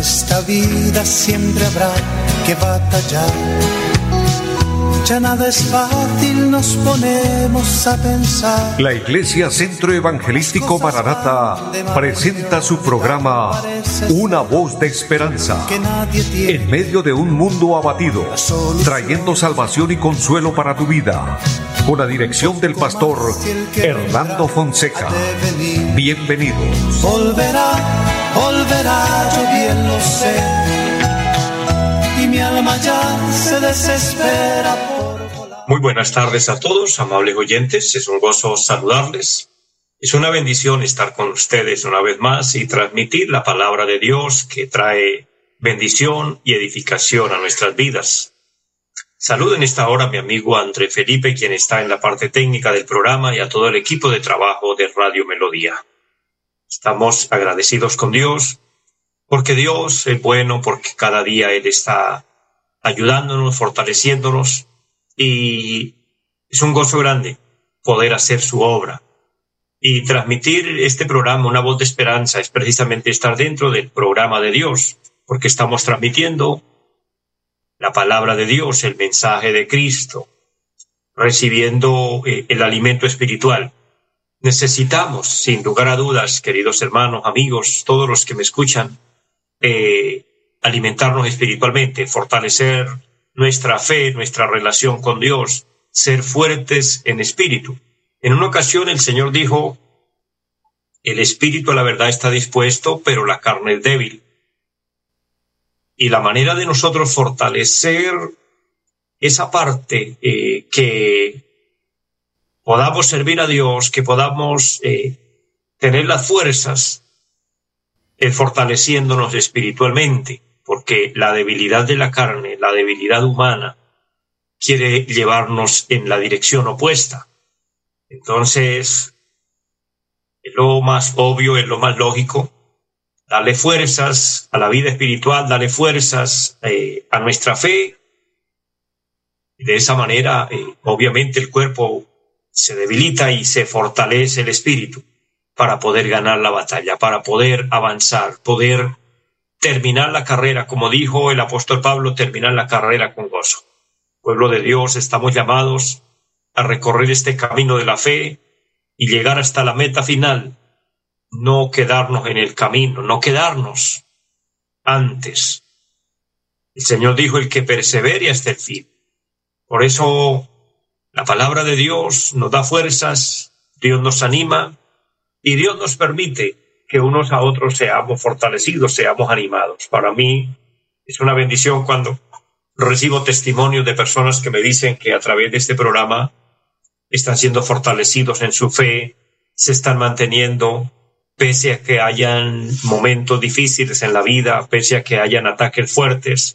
esta vida siempre habrá que batallar. Ya nada es fácil, nos ponemos a pensar. La Iglesia Centro Evangelístico Maranata presenta su programa Una Voz de Esperanza, en medio de un mundo abatido, trayendo salvación y consuelo para tu vida, con la dirección del pastor Hernando Fonseca. Bienvenidos. Volverá, yo bien lo sé, y mi alma ya se desespera por volar. Muy buenas tardes a todos, amables oyentes. Es un gozo saludarles. Es una bendición estar con ustedes una vez más y transmitir la palabra de Dios que trae bendición y edificación a nuestras vidas. Saludo en esta hora a mi amigo André Felipe, quien está en la parte técnica del programa, y a todo el equipo de trabajo de Radio Melodía. Estamos agradecidos con Dios, porque Dios es bueno, porque cada día Él está ayudándonos, fortaleciéndonos, y es un gozo grande poder hacer su obra. Y transmitir este programa, Una Voz de Esperanza, es precisamente estar dentro del programa de Dios, porque estamos transmitiendo la palabra de Dios, el mensaje de Cristo, recibiendo el alimento espiritual. Necesitamos, sin lugar a dudas, queridos hermanos, amigos, todos los que me escuchan, alimentarnos espiritualmente, fortalecer nuestra fe, nuestra relación con Dios, ser fuertes en espíritu. En una ocasión el Señor dijo: el espíritu a la verdad está dispuesto, pero la carne es débil. Y la manera de nosotros fortalecer esa parte, que podamos servir a Dios, que podamos tener las fuerzas, es fortaleciéndonos espiritualmente, porque la debilidad de la carne, la debilidad humana, quiere llevarnos en la dirección opuesta. Entonces, es lo más obvio, es lo más lógico, darle fuerzas a la vida espiritual, darle fuerzas a nuestra fe. De esa manera, obviamente, el cuerpo se debilita y se fortalece el espíritu para poder ganar la batalla, para poder avanzar, poder terminar la carrera, como dijo el apóstol Pablo, terminar la carrera con gozo. Pueblo de Dios, estamos llamados a recorrer este camino de la fe y llegar hasta la meta final. No quedarnos en el camino, no quedarnos antes. El Señor dijo: el que persevere hasta el fin. Por eso la palabra de Dios nos da fuerzas, Dios nos anima y Dios nos permite que unos a otros seamos fortalecidos, seamos animados. Para mí es una bendición cuando recibo testimonios de personas que me dicen que a través de este programa están siendo fortalecidos en su fe, se están manteniendo, pese a que hayan momentos difíciles en la vida, pese a que hayan ataques fuertes,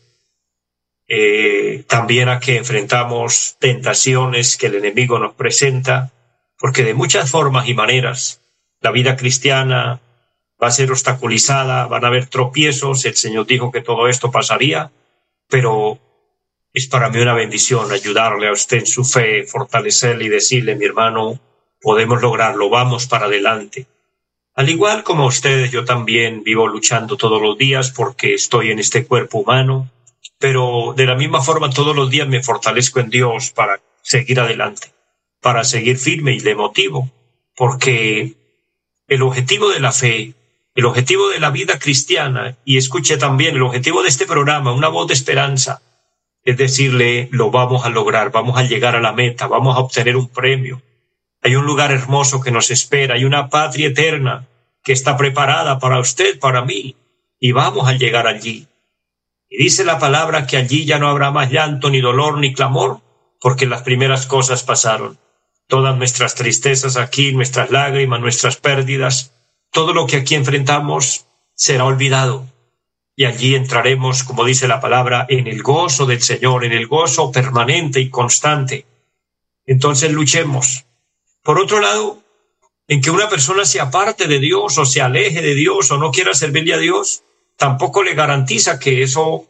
también a que enfrentamos tentaciones que el enemigo nos presenta, porque de muchas formas y maneras la vida cristiana va a ser obstaculizada, van a haber tropiezos. El Señor dijo que todo esto pasaría, pero es para mí una bendición ayudarle a usted en su fe, fortalecerle y decirle: mi hermano, podemos lograrlo, vamos para adelante. Al igual como ustedes, yo también vivo luchando todos los días porque estoy en este cuerpo humano, pero de la misma forma todos los días me fortalezco en Dios para seguir adelante, para seguir firme, y le motivo, porque el objetivo de la fe, el objetivo de la vida cristiana, y escuche también el objetivo de este programa, Una Voz de Esperanza, es decirle: lo vamos a lograr, vamos a llegar a la meta, vamos a obtener un premio. Hay un lugar hermoso que nos espera, hay una patria eterna que está preparada para usted, para mí, y vamos a llegar allí. Y dice la palabra que allí ya no habrá más llanto, ni dolor, ni clamor, porque las primeras cosas pasaron. Todas nuestras tristezas aquí, nuestras lágrimas, nuestras pérdidas, todo lo que aquí enfrentamos será olvidado. Y allí entraremos, como dice la palabra, en el gozo del Señor, en el gozo permanente y constante. Entonces luchemos. Por otro lado, en que una persona se aparte de Dios, o se aleje de Dios, o no quiera servirle a Dios, tampoco le garantiza que eso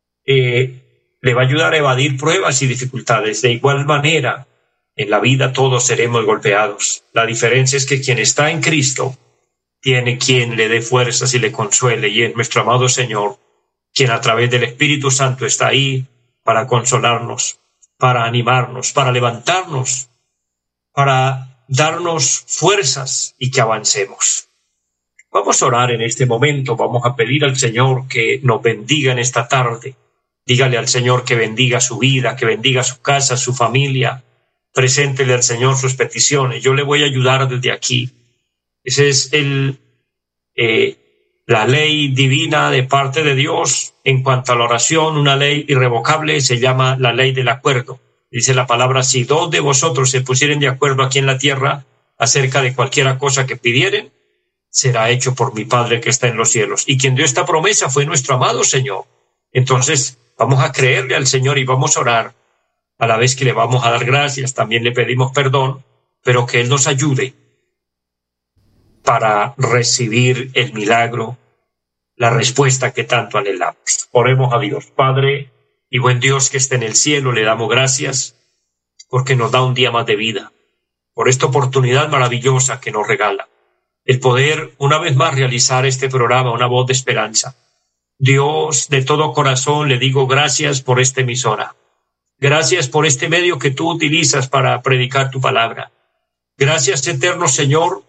le va a ayudar a evadir pruebas y dificultades. De igual manera, en la vida todos seremos golpeados. La diferencia es que quien está en Cristo tiene quien le dé fuerzas y le consuele, y es nuestro amado Señor, quien a través del Espíritu Santo está ahí para consolarnos, para animarnos, para levantarnos, para darnos fuerzas y que avancemos. Vamos a orar en este momento, vamos a pedir al Señor que nos bendiga en esta tarde. Dígale al Señor que bendiga su vida, que bendiga su casa, su familia. Preséntele al Señor sus peticiones. Yo le voy a ayudar desde aquí. Esa es la ley divina de parte de Dios en cuanto a la oración, una ley irrevocable, se llama la ley del acuerdo. Dice la palabra, si dos de vosotros se pusieren de acuerdo aquí en la tierra acerca de cualquiera cosa que pidieren, será hecho por mi Padre que está en los cielos. Y quien dio esta promesa fue nuestro amado Señor. Entonces, vamos a creerle al Señor y vamos a orar. A la vez que le vamos a dar gracias, también le pedimos perdón, pero que Él nos ayude para recibir el milagro, la respuesta que tanto anhelamos. Oremos a Dios. Padre y buen Dios que está en el cielo, le damos gracias porque nos da un día más de vida, por esta oportunidad maravillosa que nos regala, el poder una vez más realizar este programa, Una Voz de Esperanza. Dios, de todo corazón le digo gracias por esta emisora. Gracias por este medio que tú utilizas para predicar tu palabra. Gracias, eterno Señor,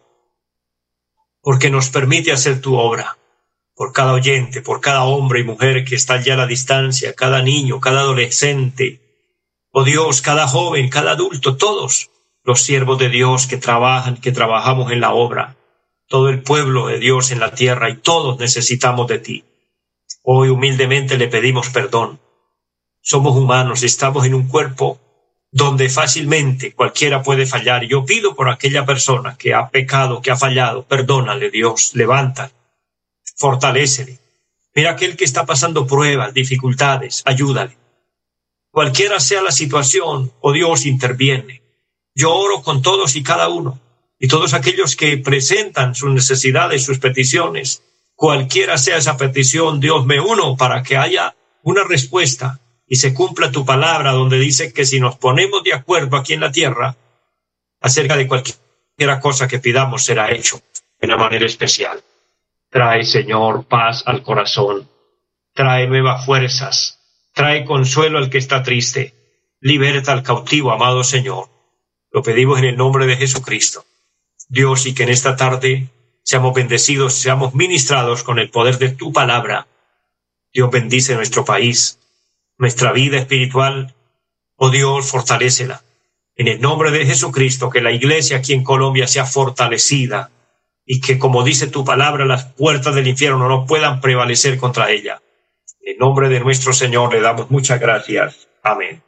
porque nos permite hacer tu obra. Por cada oyente, por cada hombre y mujer que está allá a la distancia, cada niño, cada adolescente, oh Dios, cada joven, cada adulto, todos los siervos de Dios que trabajan, que trabajamos en la obra, todo el pueblo de Dios en la tierra, y todos necesitamos de ti. Hoy humildemente le pedimos perdón. Somos humanos, estamos en un cuerpo donde fácilmente cualquiera puede fallar. Yo pido por aquella persona que ha pecado, que ha fallado, perdónale, Dios, levántale, fortalécele. Mira aquel que está pasando pruebas, dificultades, ayúdale. Cualquiera sea la situación, oh Dios, interviene. Yo oro con todos y cada uno, y todos aquellos que presentan sus necesidades, sus peticiones. Cualquiera sea esa petición, Dios, me uno para que haya una respuesta y se cumpla tu palabra, donde dice que si nos ponemos de acuerdo aquí en la tierra acerca de cualquier cosa que pidamos, será hecho de una manera especial. Trae, Señor, paz al corazón, trae nuevas fuerzas, trae consuelo al que está triste, liberta al cautivo, amado Señor. Lo pedimos en el nombre de Jesucristo. Dios, y que en esta tarde seamos bendecidos, seamos ministrados con el poder de tu palabra. Dios, bendice nuestro país, nuestra vida espiritual. Oh Dios, fortalécela. En el nombre de Jesucristo, que la iglesia aquí en Colombia sea fortalecida y que, como dice tu palabra, las puertas del infierno no puedan prevalecer contra ella. En el nombre de nuestro Señor le damos muchas gracias. Amén.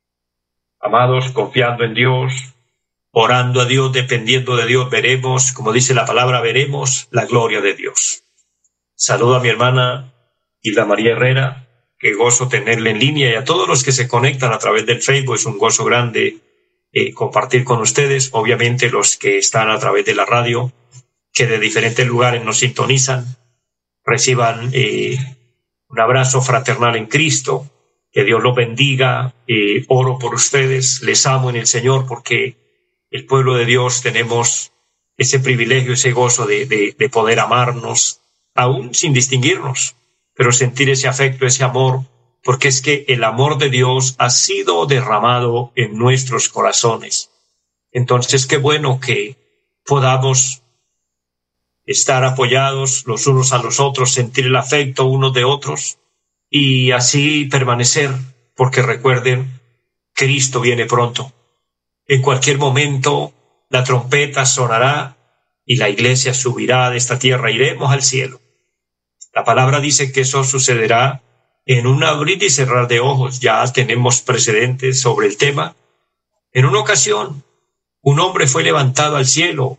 Amados, confiando en Dios, orando a Dios, dependiendo de Dios, veremos, como dice la palabra, veremos la gloria de Dios. Saludo a mi hermana Hilda María Herrera, qué gozo tenerla en línea, y a todos los que se conectan a través del Facebook. Es un gozo grande compartir con ustedes, obviamente los que están a través de la radio, que de diferentes lugares nos sintonizan. Reciban un abrazo fraternal en Cristo, que Dios los bendiga. Oro por ustedes, les amo en el Señor, porque el pueblo de Dios tenemos ese privilegio, ese gozo de poder amarnos, aún sin distinguirnos, pero sentir ese afecto, ese amor, porque es que el amor de Dios ha sido derramado en nuestros corazones. Entonces, qué bueno que podamos estar apoyados los unos a los otros, sentir el afecto unos de otros y así permanecer, porque recuerden, Cristo viene pronto. En cualquier momento la trompeta sonará y la iglesia subirá de esta tierra, iremos al cielo. La palabra dice que eso sucederá en un abrir y cerrar de ojos. Ya tenemos precedentes sobre el tema. En una ocasión, un hombre fue levantado al cielo,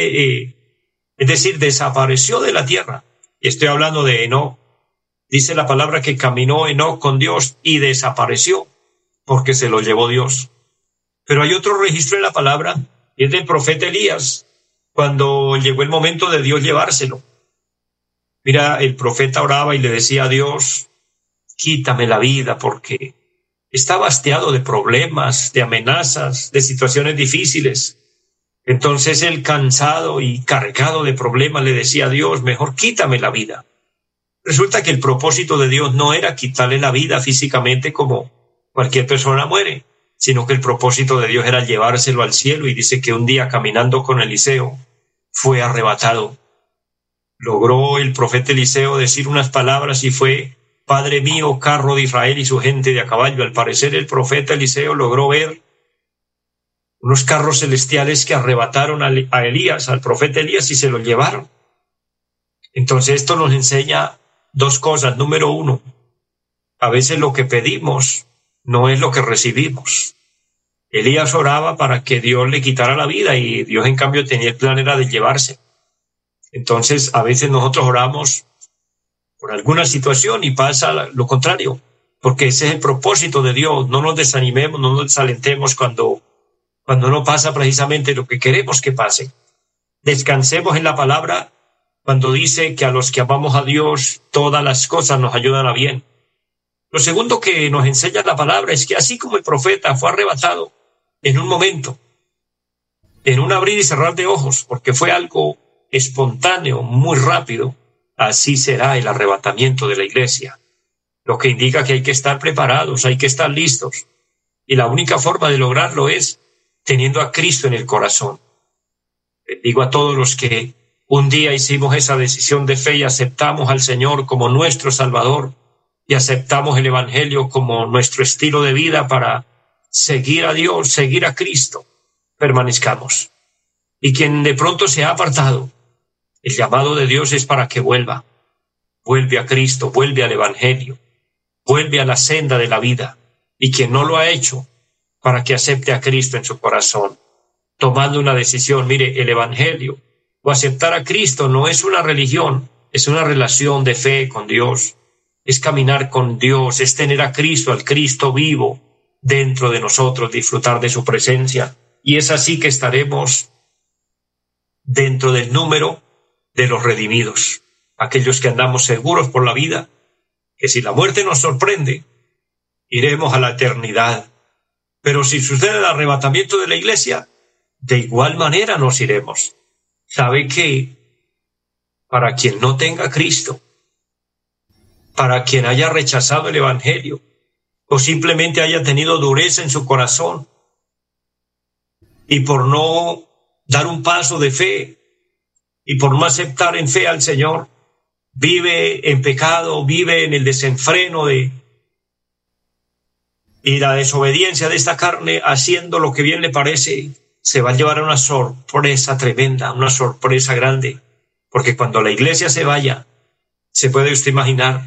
es decir, desapareció de la tierra. Y estoy hablando de Enoc. Dice la palabra que caminó Enoc con Dios y desapareció porque se lo llevó Dios. Pero hay otro registro en la palabra, y es del profeta Elías, cuando llegó el momento de Dios llevárselo. Mira, el profeta oraba y le decía a Dios, quítame la vida, porque estaba hastiado de problemas, de amenazas, de situaciones difíciles. Entonces él, cansado y cargado de problemas, le decía a Dios, mejor quítame la vida. Resulta que el propósito de Dios no era quitarle la vida físicamente como cualquier persona muere, sino que el propósito de Dios era llevárselo al cielo, y dice que un día caminando con Eliseo fue arrebatado. Logró el profeta Eliseo decir unas palabras y fue: Padre mío, carro de Israel y su gente de a caballo. Al parecer el profeta Eliseo logró ver unos carros celestiales que arrebataron a Elías, al profeta Elías, y se lo llevaron. Entonces esto nos enseña dos cosas. Número uno, a veces lo que pedimos no es lo que recibimos. Elías oraba para que Dios le quitara la vida y Dios en cambio tenía el plan era de llevarse. Entonces a veces nosotros oramos por alguna situación y pasa lo contrario, porque ese es el propósito de Dios. No nos desanimemos, no nos desalentemos cuando no pasa precisamente lo que queremos que pase. Descansemos en la palabra cuando dice que a los que amamos a Dios todas las cosas nos ayudan a bien. Lo segundo que nos enseña la palabra es que así como el profeta fue arrebatado en un momento, en un abrir y cerrar de ojos, porque fue algo espontáneo, muy rápido, así será el arrebatamiento de la iglesia. Lo que indica que hay que estar preparados, hay que estar listos. Y la única forma de lograrlo es teniendo a Cristo en el corazón. Bendigo a todos los que un día hicimos esa decisión de fe y aceptamos al Señor como nuestro Salvador y aceptamos el Evangelio como nuestro estilo de vida para seguir a Dios, seguir a Cristo. Permanezcamos. Y quien de pronto se ha apartado, el llamado de Dios es para que vuelva. Vuelve a Cristo, vuelve al Evangelio, vuelve a la senda de la vida. Y quien no lo ha hecho, para que acepte a Cristo en su corazón, tomando una decisión. Mire, el Evangelio o aceptar a Cristo no es una religión, es una relación de fe con Dios, es caminar con Dios, es tener a Cristo, al Cristo vivo dentro de nosotros, disfrutar de su presencia, y es así que estaremos dentro del número de los redimidos, aquellos que andamos seguros por la vida, que si la muerte nos sorprende, iremos a la eternidad. Pero si sucede el arrebatamiento de la iglesia, de igual manera nos iremos. ¿Sabe qué? Para quien no tenga Cristo, para quien haya rechazado el Evangelio, o simplemente haya tenido dureza en su corazón, y por no dar un paso de fe, y por no aceptar en fe al Señor, vive en pecado, vive en el desenfreno y la desobediencia de esta carne, haciendo lo que bien le parece, se va a llevar a una sorpresa tremenda, una sorpresa grande, porque cuando la iglesia se vaya, se puede usted imaginar,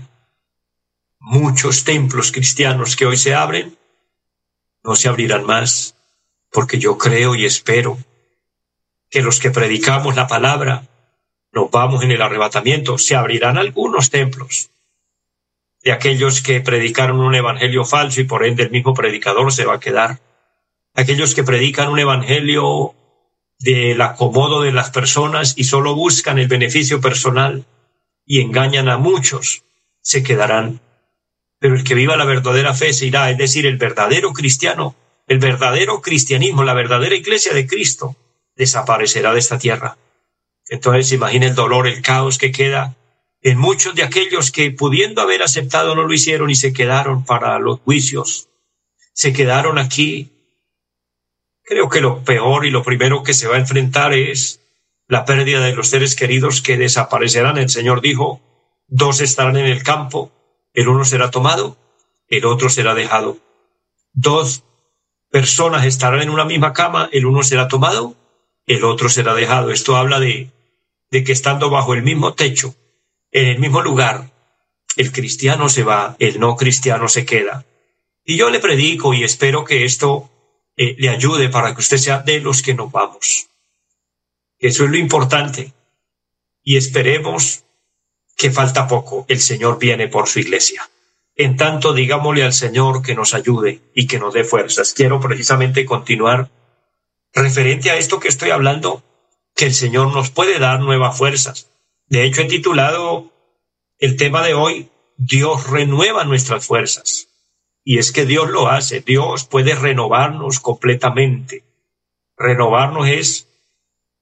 muchos templos cristianos que hoy se abren, no se abrirán más, porque yo creo y espero que los que predicamos la palabra, nos vamos en el arrebatamiento, se abrirán algunos templos de aquellos que predicaron un evangelio falso y por ende el mismo predicador se va a quedar. Aquellos que predican un evangelio del acomodo de las personas y solo buscan el beneficio personal y engañan a muchos, se quedarán. Pero el que viva la verdadera fe se irá, es decir, el verdadero cristiano, el verdadero cristianismo, la verdadera iglesia de Cristo, desaparecerá de esta tierra. Entonces imagina el dolor, el caos que queda en muchos de aquellos que, pudiendo haber aceptado, no lo hicieron y se quedaron para los juicios. Se quedaron aquí. Creo que lo peor y lo primero que se va a enfrentar es la pérdida de los seres queridos que desaparecerán. El Señor dijo, 2 estarán en el campo, el uno será tomado, el otro será dejado. 2 personas estarán en una misma cama, el uno será tomado, el otro será dejado. Esto habla de que estando bajo el mismo techo, en el mismo lugar, el cristiano se va, el no cristiano se queda. Y yo le predico y espero que esto le ayude para que usted sea de los que nos vamos. Eso es lo importante. Y esperemos que falta poco. El Señor viene por su iglesia. En tanto, digámosle al Señor que nos ayude y que nos dé fuerzas. Quiero precisamente continuar referente a esto que estoy hablando, que el Señor nos puede dar nuevas fuerzas. De hecho, he titulado el tema de hoy, Dios renueva nuestras fuerzas. Y es que Dios lo hace. Dios puede renovarnos completamente. Renovarnos es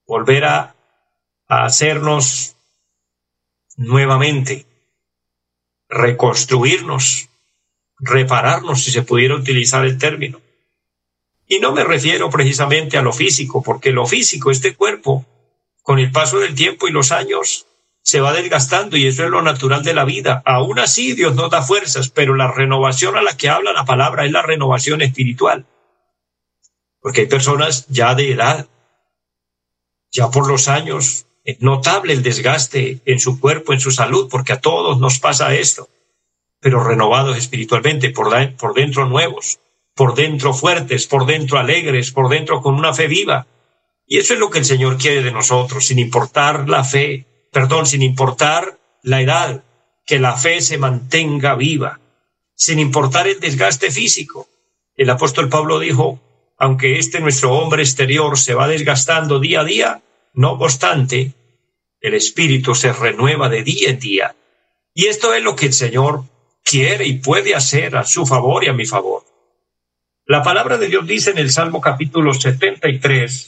volver a hacernos nuevamente, reconstruirnos, repararnos, si se pudiera utilizar el término. Y no me refiero precisamente a lo físico, porque lo físico, este cuerpo, con el paso del tiempo y los años, se va desgastando y eso es lo natural de la vida. Aún así, Dios nos da fuerzas, pero la renovación a la que habla la palabra es la renovación espiritual. Porque hay personas ya de edad, ya por los años, es notable el desgaste en su cuerpo, en su salud, porque a todos nos pasa esto, pero renovados espiritualmente, por dentro nuevos, por dentro fuertes, por dentro alegres, por dentro con una fe viva. Y eso es lo que el Señor quiere de nosotros, sin importar sin importar la edad, que la fe se mantenga viva, sin importar el desgaste físico. El apóstol Pablo dijo, aunque nuestro hombre exterior se va desgastando día a día, no obstante, el espíritu se renueva de día en día. Y esto es lo que el Señor quiere y puede hacer a su favor y a mi favor. La palabra de Dios dice en el Salmo capítulo 73,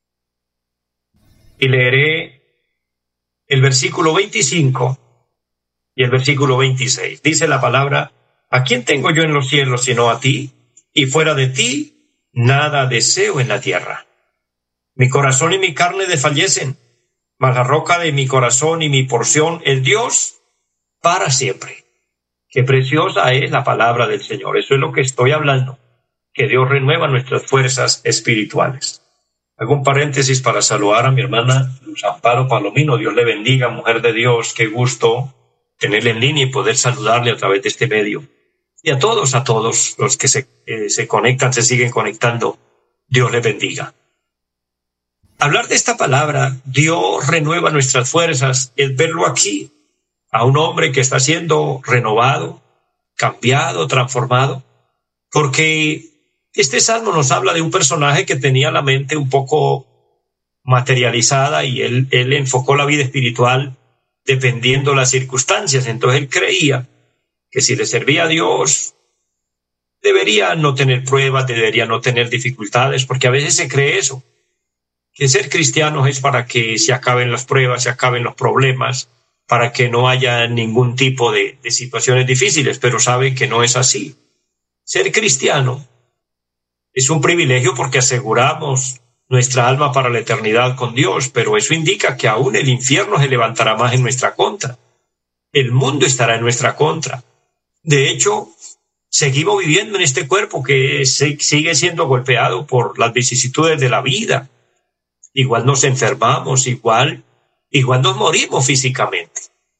y leeré el versículo 25 y el versículo 26. Dice la palabra, ¿a quién tengo yo en los cielos sino a ti? Y fuera de ti, nada deseo en la tierra. Mi corazón y mi carne desfallecen, mas la roca de mi corazón y mi porción es Dios para siempre. Qué preciosa es la palabra del Señor. Eso es lo que estoy hablando, que Dios renueva nuestras fuerzas espirituales. Hago un paréntesis para saludar a mi hermana Luz Amparo Palomino. Dios le bendiga, mujer de Dios. Qué gusto tenerle en línea y poder saludarle a través de este medio. Y a todos los que se conectan, se siguen conectando, Dios les bendiga. Hablar de esta palabra, Dios renueva nuestras fuerzas, es verlo aquí, a un hombre que está siendo renovado, cambiado, transformado, porque este salmo nos habla de un personaje que tenía la mente un poco materializada y él enfocó la vida espiritual dependiendo de las circunstancias. Entonces él creía que si le servía a Dios, debería no tener pruebas, debería no tener dificultades, porque a veces se cree eso, que ser cristianos es para que se acaben las pruebas, se acaben los problemas, para que no haya ningún tipo de situaciones difíciles, pero sabe que no es así. Ser cristiano es un privilegio porque aseguramos nuestra alma para la eternidad con Dios, pero eso indica que aún el infierno se levantará más en nuestra contra. El mundo estará en nuestra contra. De hecho, seguimos viviendo en este cuerpo que sigue siendo golpeado por las vicisitudes de la vida. Igual nos enfermamos, igual nos morimos físicamente.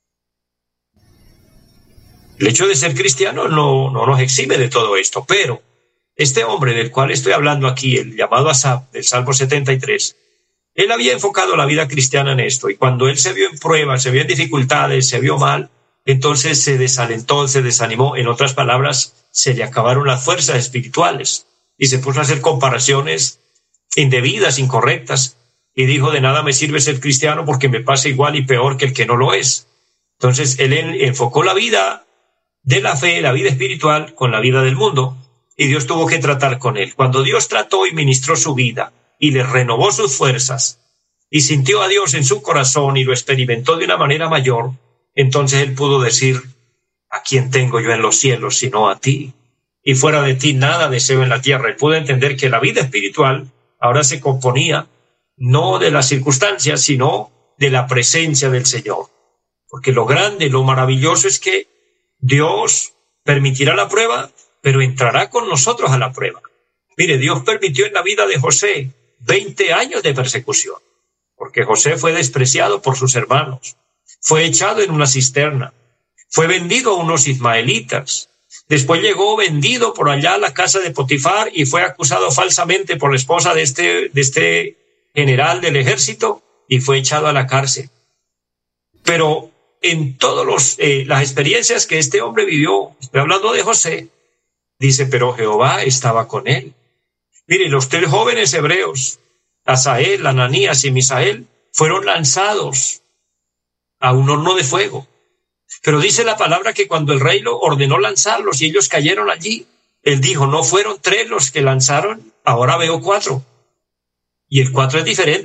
El hecho de ser cristiano no nos exime de todo esto, pero este hombre del cual estoy hablando aquí, el llamado Asaf, del Salmo 73, él había enfocado la vida cristiana en esto, y cuando él se vio en pruebas, se vio en dificultades, se vio mal, entonces se desalentó, se desanimó. En otras palabras, se le acabaron las fuerzas espirituales, y se puso a hacer comparaciones indebidas, incorrectas, y dijo, de nada me sirve ser cristiano porque me pasa igual y peor que el que no lo es. Entonces él enfocó la vida de la fe, la vida espiritual, con la vida del mundo, y Dios tuvo que tratar con él. Cuando Dios trató y ministró su vida y le renovó sus fuerzas y sintió a Dios en su corazón y lo experimentó de una manera mayor, entonces él pudo decir, ¿a quién tengo yo en los cielos sino a ti? Y fuera de ti nada deseo en la tierra. Él pudo entender que la vida espiritual ahora se componía no de las circunstancias, sino de la presencia del Señor. Porque lo grande, lo maravilloso es que Dios permitirá la prueba, pero entrará con nosotros a la prueba. Mire, Dios permitió en la vida de José 20 años de persecución, porque José fue despreciado por sus hermanos, fue echado en una cisterna, fue vendido a unos ismaelitas, después llegó vendido por allá a la casa de Potifar y fue acusado falsamente por la esposa de este general del ejército y fue echado a la cárcel. Pero en todas las experiencias que este hombre vivió, estoy hablando de José, dice, pero Jehová estaba con él. Mire, los 3 jóvenes hebreos, Asael, Ananías y Misael, fueron lanzados a un horno de fuego. Pero dice la palabra que cuando el rey lo ordenó lanzarlos y ellos cayeron allí, él dijo, no fueron 3 los que lanzaron, ahora veo 4. Y el 4 es diferente.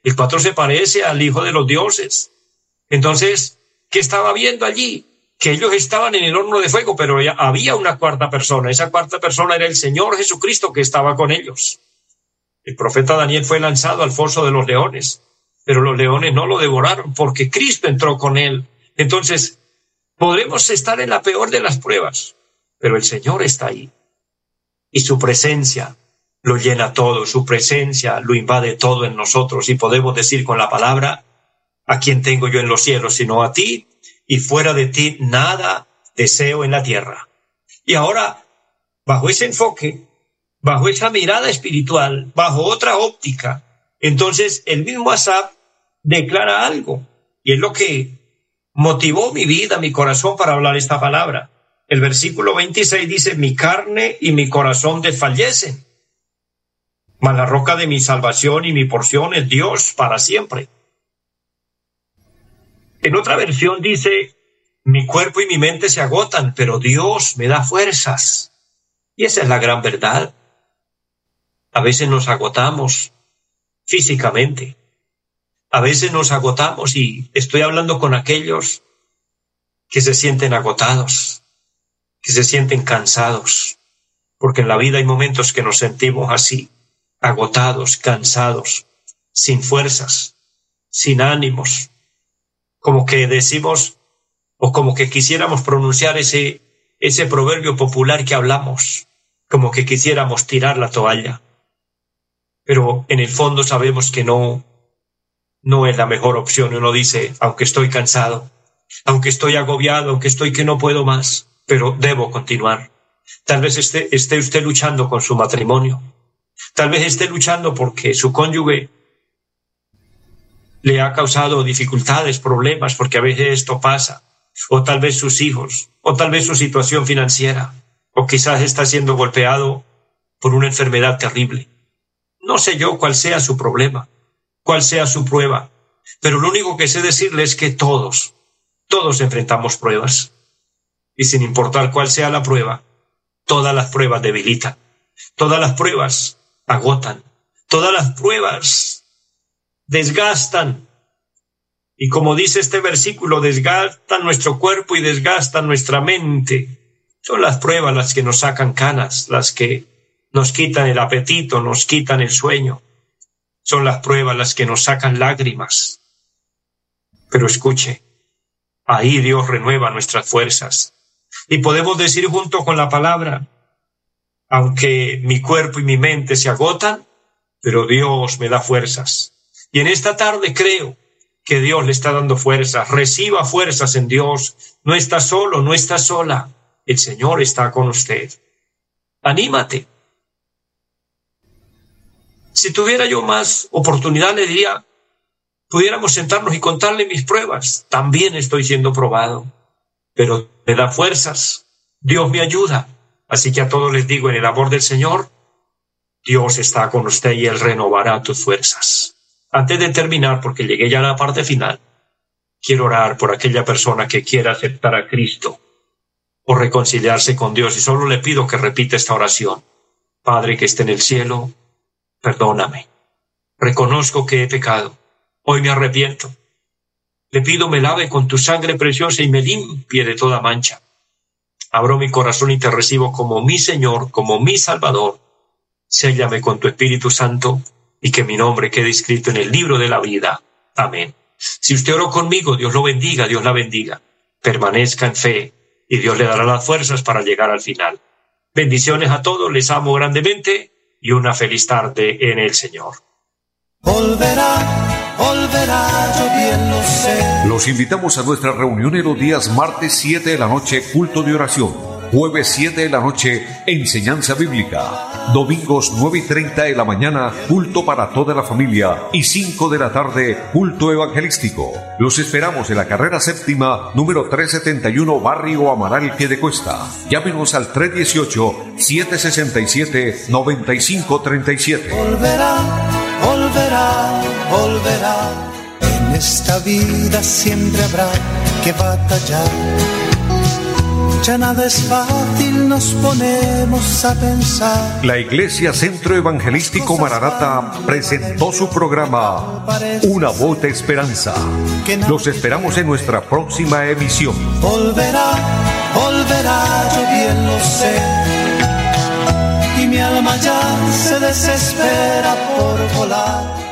El 4 se parece al Hijo de los Dioses. Entonces, ¿qué estaba viendo allí? Que ellos estaban en el horno de fuego, pero había una cuarta persona. Esa cuarta persona era el Señor Jesucristo que estaba con ellos. El profeta Daniel fue lanzado al foso de los leones, pero los leones no lo devoraron porque Cristo entró con él. Entonces, podremos estar en la peor de las pruebas, pero el Señor está ahí. Y su presencia lo llena todo, su presencia lo invade todo en nosotros. Y podemos decir con la palabra, ¿a quién tengo yo en los cielos sino a ti? Y fuera de ti nada deseo en la tierra. Y ahora, bajo ese enfoque, bajo esa mirada espiritual, bajo otra óptica, entonces el mismo Asaf declara algo. Y es lo que motivó mi vida, mi corazón para hablar esta palabra. El versículo 26 dice, mi carne y mi corazón desfallecen, mas la roca de mi salvación y mi porción es Dios para siempre. En otra versión dice, mi cuerpo y mi mente se agotan, pero Dios me da fuerzas. Y esa es la gran verdad. A veces nos agotamos físicamente. A veces nos agotamos y estoy hablando con aquellos que se sienten agotados, que se sienten cansados, porque en la vida hay momentos que nos sentimos así, agotados, cansados, sin fuerzas, sin ánimos, como que decimos o como que quisiéramos pronunciar ese proverbio popular que hablamos, como que quisiéramos tirar la toalla. Pero en el fondo sabemos que no es la mejor opción. Uno dice, aunque estoy cansado, aunque estoy agobiado, aunque estoy que no puedo más, pero debo continuar. Tal vez esté usted luchando con su matrimonio. Tal vez esté luchando porque su cónyuge le ha causado dificultades, problemas, porque a veces esto pasa. O tal vez sus hijos, o tal vez su situación financiera, o quizás está siendo golpeado por una enfermedad terrible. No sé yo cuál sea su problema, cuál sea su prueba, pero lo único que sé decirle es que todos enfrentamos pruebas. Y sin importar cuál sea la prueba, todas las pruebas debilitan, todas las pruebas agotan, todas las pruebas desgastan. Y como dice este versículo, desgastan nuestro cuerpo y desgastan nuestra mente. Son las pruebas las que nos sacan canas, las que nos quitan el apetito, nos quitan el sueño. Son las pruebas las que nos sacan lágrimas. Pero escuche, ahí Dios renueva nuestras fuerzas. Y podemos decir junto con la palabra, aunque mi cuerpo y mi mente se agotan, pero Dios me da fuerzas. Y en esta tarde creo que Dios le está dando fuerzas. Reciba fuerzas en Dios. No está solo, no está sola. El Señor está con usted. Anímate. Si tuviera yo más oportunidad, le diría, pudiéramos sentarnos y contarle mis pruebas. También estoy siendo probado, pero me da fuerzas. Dios me ayuda. Así que a todos les digo, en el amor del Señor, Dios está con usted y Él renovará tus fuerzas. Antes de terminar, porque llegué ya a la parte final, quiero orar por aquella persona que quiera aceptar a Cristo o reconciliarse con Dios. Y solo le pido que repita esta oración. Padre que esté en el cielo, perdóname. Reconozco que he pecado. Hoy me arrepiento. Le pido me lave con tu sangre preciosa y me limpie de toda mancha. Abro mi corazón y te recibo como mi Señor, como mi Salvador. Séllame con tu Espíritu Santo y que mi nombre quede escrito en el libro de la vida. Amén. Si usted oró conmigo, Dios lo bendiga, Dios la bendiga. Permanezca en fe y Dios le dará las fuerzas para llegar al final. Bendiciones a todos, les amo grandemente y una feliz tarde en el Señor. Volverá, yo bien lo sé. Los invitamos a nuestra reunión en los días martes 7 de la noche, culto de oración. Jueves 7 de la noche, enseñanza bíblica. Domingos 9:30 de la mañana, culto para toda la familia. Y 5 de la tarde, culto evangelístico. Los esperamos en la carrera séptima, número 371, Barrio Amaral, Piedecuesta. Llámenos al 318-767-9537. Volverá. En esta vida siempre habrá que batallar. Ya nada es fácil, nos ponemos a pensar. La Iglesia Centro Evangelístico Maranata presentó su programa Una Voz de Esperanza. Los esperamos en nuestra próxima emisión. Volverá, yo bien lo sé. Y mi alma ya se desespera por volar.